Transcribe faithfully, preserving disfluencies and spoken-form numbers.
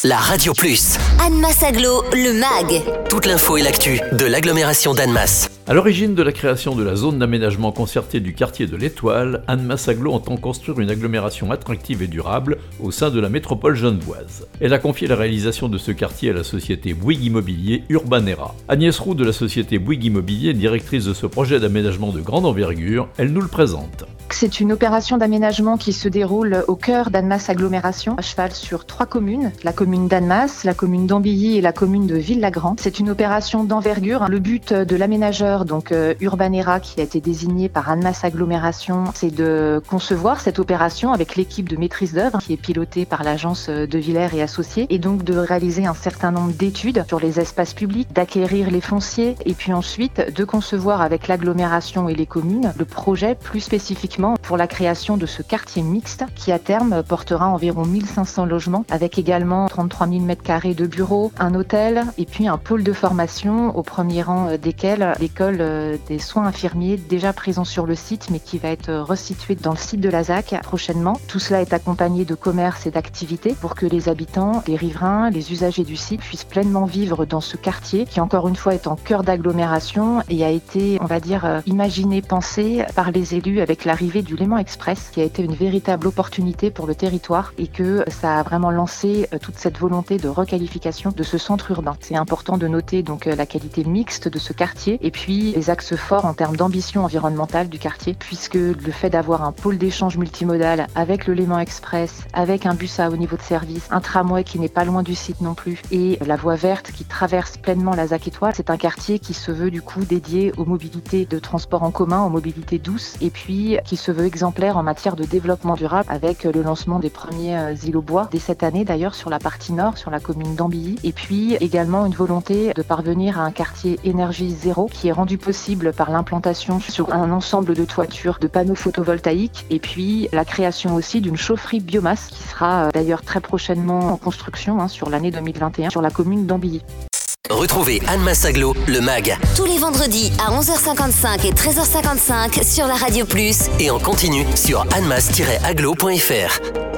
la Radio Plus. Annemasse Agglo, le M A G. Toute l'info et l'actu de l'agglomération d'Annemasse. À l'origine de la création de la zone d'aménagement concerté du quartier de l'Étoile, Annemasse Agglo entend construire une agglomération attractive et durable au sein de la métropole genevoise. Elle a confié la réalisation de ce quartier à la société Bouygues Immobilier Urbanera. Agnès Roux de la société Bouygues Immobilier, directrice de ce projet d'aménagement de grande envergure, elle nous le présente. C'est une opération d'aménagement qui se déroule au cœur d'Annemasse Agglomération, à cheval sur trois communes, la commune d'Annemasse, la commune d'Ambilly et la commune de Ville-Lagrand. C'est une opération d'envergure. Le but de l'aménageur, donc euh, Urbanera, qui a été désigné par Annemasse Agglomération, c'est de concevoir cette opération avec l'équipe de maîtrise d'œuvre qui est pilotée par l'agence De Villers et Associés, et donc de réaliser un certain nombre d'études sur les espaces publics, d'acquérir les fonciers, et puis ensuite de concevoir avec l'agglomération et les communes le projet plus spécifiquement pour la création de ce quartier mixte qui à terme portera environ mille cinq cents logements avec également trente-trois mille mètres carrés de bureaux, un hôtel et puis un pôle de formation au premier rang desquels l'école des soins infirmiers déjà présent sur le site mais qui va être resitué dans le site de la Z A C prochainement. Tout cela est accompagné de commerces et d'activités pour que les habitants, les riverains, les usagers du site puissent pleinement vivre dans ce quartier qui encore une fois est en cœur d'agglomération et a été, on va dire, imaginé, pensé par les élus avec l'arrivée du Léman Express qui a été une véritable opportunité pour le territoire et que ça a vraiment lancé toute cette volonté de requalification de ce centre urbain. C'est important de noter donc la qualité mixte de ce quartier et puis les axes forts en termes d'ambition environnementale du quartier puisque le fait d'avoir un pôle d'échange multimodal avec le Léman Express, avec un bus à haut niveau de service, un tramway qui n'est pas loin du site non plus et la voie verte qui traverse pleinement la Z A C Étoile, c'est un quartier qui se veut du coup dédié aux mobilités de transport en commun, aux mobilités douces et puis qui se veut exemplaire en matière de développement durable avec le lancement des premiers îlots bois dès cette année d'ailleurs sur la partie nord, sur la commune d'Ambilly et puis également une volonté de parvenir à un quartier énergie zéro qui est rendu possible par l'implantation sur un ensemble de toitures de panneaux photovoltaïques et puis la création aussi d'une chaufferie biomasse qui sera d'ailleurs très prochainement en construction hein, sur l'année deux mille vingt et un sur la commune d'Ambilly. Retrouvez Annemasse Agglo, le M A G. Tous les vendredis à onze heures cinquante-cinq et treize heures cinquante-cinq sur la Radio Plus. Et en continu sur annemasse tiret agglo point f r.